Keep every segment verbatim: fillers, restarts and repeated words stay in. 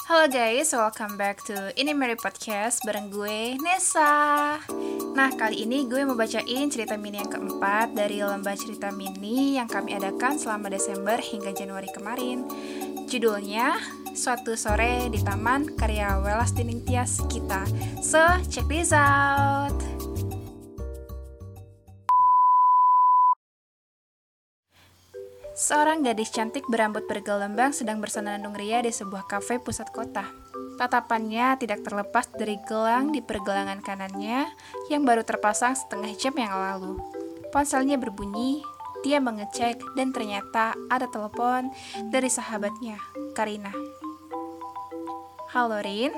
Halo guys, welcome back to Ini Mary Podcast bareng gue, Nessa. Nah, kali ini gue mau bacain cerita mini yang keempat dari lomba cerita mini yang kami adakan selama Desember hingga Januari kemarin. Judulnya, Suatu Sore di Taman karya Welas Diningtyas kita. So, check this out. Seorang gadis cantik berambut bergelembang sedang bersenandung ria di sebuah kafe pusat kota. Tatapannya tidak terlepas dari gelang di pergelangan kanannya yang baru terpasang setengah jam yang lalu. Ponselnya berbunyi, dia mengecek dan ternyata ada telepon dari sahabatnya, Karina. Halo Rin,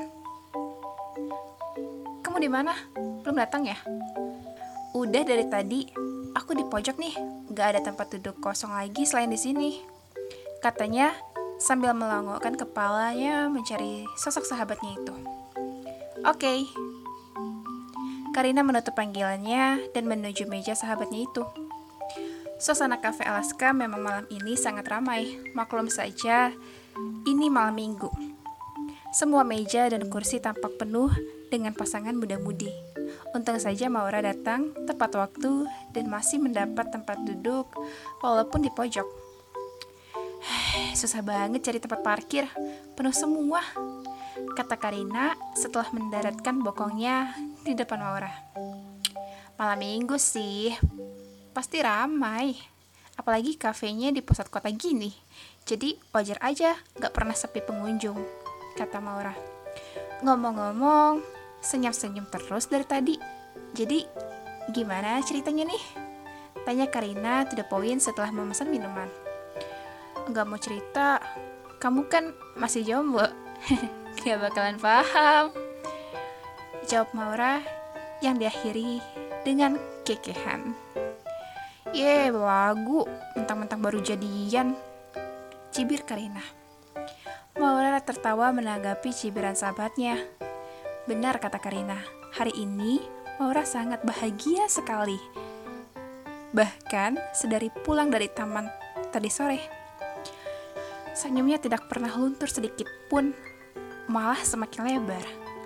kamu di mana? Belum datang ya? Udah dari tadi. Aku di pojok nih, gak ada tempat duduk kosong lagi selain di sini. Katanya sambil melongokkan kepalanya mencari sosok sahabatnya itu. Oke. Okay. Karina menutup panggilannya dan menuju meja sahabatnya itu. Suasana kafe Alaska memang malam ini sangat ramai. Maklum saja, ini malam minggu. Semua meja dan kursi tampak penuh dengan pasangan muda-mudi. Untung saja Maura datang tepat waktu dan masih mendapat tempat duduk walaupun di pojok. Susah banget cari tempat parkir, penuh semua, kata Karina setelah mendaratkan bokongnya di depan Maura. Malam minggu sih, pasti ramai, apalagi kafenya di pusat kota gini. Jadi wajar aja gak pernah sepi pengunjung, kata Maura. Ngomong-ngomong, senyum-senyum terus dari tadi. Jadi, gimana ceritanya nih? Tanya Karina to the point setelah memesan minuman. Enggak mau cerita, kamu kan masih jomblo. Gak bakalan paham, jawab Maura yang diakhiri dengan kekehan. Ye, lagu, mentang-mentang baru jadian, cibir Karina. Maura tertawa menanggapi cibiran sahabatnya. Benar kata Karina, hari ini Maura sangat bahagia sekali. Bahkan sedari pulang dari taman tadi sore, senyumnya tidak pernah luntur sedikit pun, malah semakin lebar.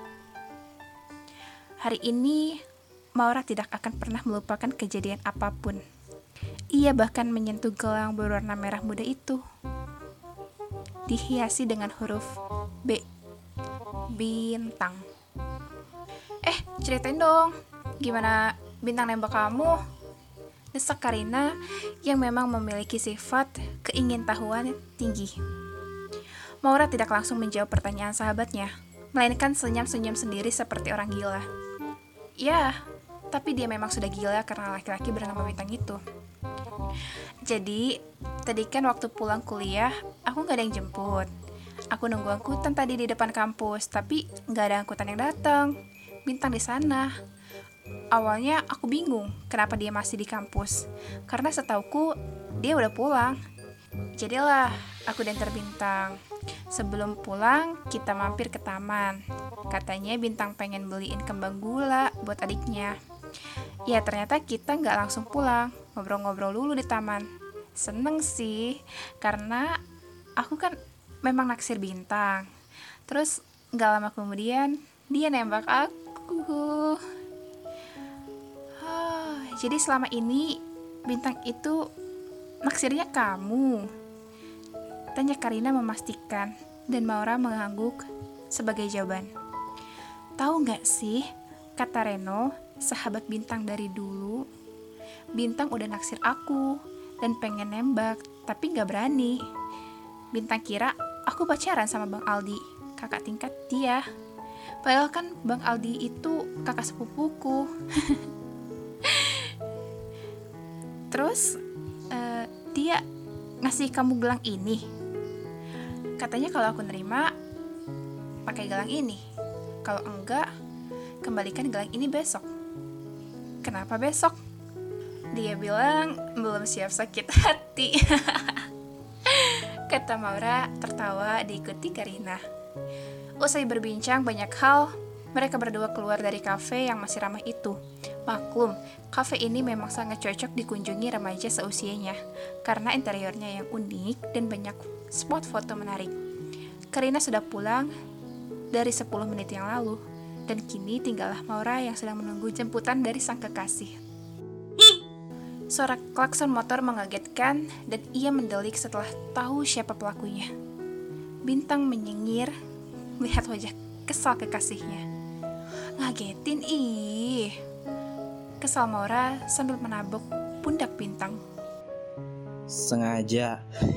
Hari ini Maura tidak akan pernah melupakan kejadian apapun. Ia bahkan menyentuh gelang berwarna merah muda itu, dihiasi dengan huruf B, bintang. Eh, ceritain dong, gimana bintang nembak kamu? Desak Karina yang memang memiliki sifat keingintahuan tinggi. Maura tidak langsung menjawab pertanyaan sahabatnya, melainkan senyum-senyum sendiri seperti orang gila. Ya, tapi dia memang sudah gila karena laki-laki bernama Bintang itu. Jadi, tadi kan waktu pulang kuliah, aku gak ada yang jemput. Aku nunggu angkutan tadi di depan kampus, tapi gak ada angkutan yang datang. Bintang di sana. Awalnya aku bingung kenapa dia masih di kampus, karena setauku dia udah pulang. Jadilah aku dan Bintang. Sebelum pulang kita mampir ke taman. Katanya Bintang pengen beliin kembang gula buat adiknya. Ya ternyata kita nggak langsung pulang, ngobrol-ngobrol dulu di taman. Seneng sih, karena aku kan memang naksir Bintang. Terus nggak lama kemudian dia nembak aku. Uh. Oh, jadi selama ini Bintang itu naksirnya kamu? Tanya Karina memastikan, dan Maura mengangguk sebagai jawaban. Tahu nggak sih, kata Reno, sahabat Bintang dari dulu, Bintang udah naksir aku dan pengen nembak, tapi nggak berani. Bintang kira aku pacaran sama Bang Aldi, kakak tingkat dia. Padahal kan Bang Aldi itu kakak sepupuku. Terus uh, dia ngasih kamu gelang ini. Katanya kalau aku nerima pakai gelang ini. Kalau enggak, kembalikan gelang ini besok. Kenapa besok? Dia bilang belum siap sakit hati. Kata Maura tertawa diikuti Karina. Usai berbincang banyak hal, mereka berdua keluar dari kafe yang masih ramai itu. Maklum, kafe ini memang sangat cocok dikunjungi remaja seusianya, karena interiornya yang unik dan banyak spot foto menarik. Karina sudah pulang dari sepuluh menit yang lalu, dan kini tinggallah Maura yang sedang menunggu jemputan dari sang kekasih. Suara klakson motor mengagetkan dan ia mendelik setelah tahu siapa pelakunya. Bintang menyengir melihat wajah kesal kekasihnya. Ngagetin ih. Kesal Maura sambil menabok pundak Bintang. Sengaja.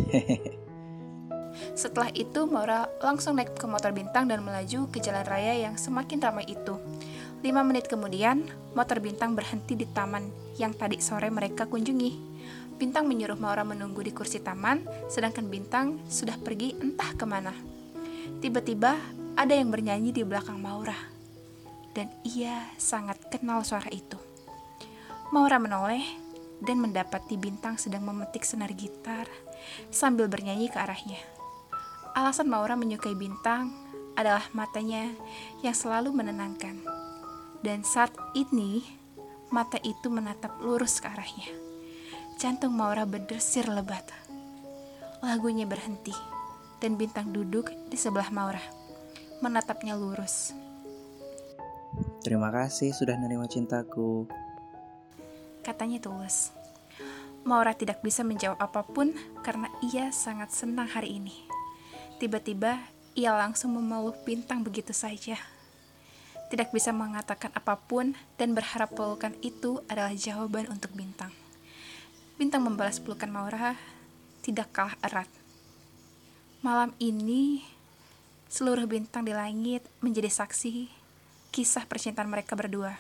Setelah itu Maura langsung naik ke motor Bintang dan melaju ke jalan raya yang semakin ramai itu. Lima menit kemudian, motor Bintang berhenti di taman yang tadi sore mereka kunjungi. Bintang menyuruh Maura menunggu di kursi taman, sedangkan Bintang sudah pergi entah kemana. Tiba-tiba ada yang bernyanyi di belakang Maura, dan ia sangat kenal suara itu. Maura menoleh dan mendapati Bintang sedang memetik senar gitar sambil bernyanyi ke arahnya. Alasan Maura menyukai Bintang adalah matanya yang selalu menenangkan. Dan saat ini, mata itu menatap lurus ke arahnya. Jantung Maura berdesir lebat. Lagunya berhenti, dan Bintang duduk di sebelah Maura, menatapnya lurus. Terima kasih sudah menerima cintaku, katanya tulus. Maura tidak bisa menjawab apapun karena ia sangat senang hari ini. Tiba-tiba, ia langsung memeluk Bintang begitu saja. Tidak bisa mengatakan apapun dan berharap pelukan itu adalah jawaban untuk Bintang. Bintang membalas pelukan Maura tidak kalah erat. Malam ini, seluruh bintang di langit menjadi saksi kisah percintaan mereka berdua.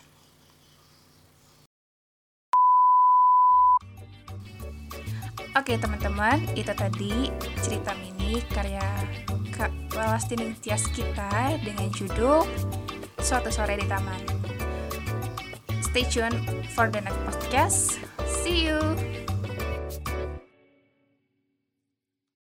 Oke teman-teman, itu tadi cerita mini karya Kak Welastini Tias kita dengan judul Suatu Sore di Taman. Stay tuned for the next podcast. See you!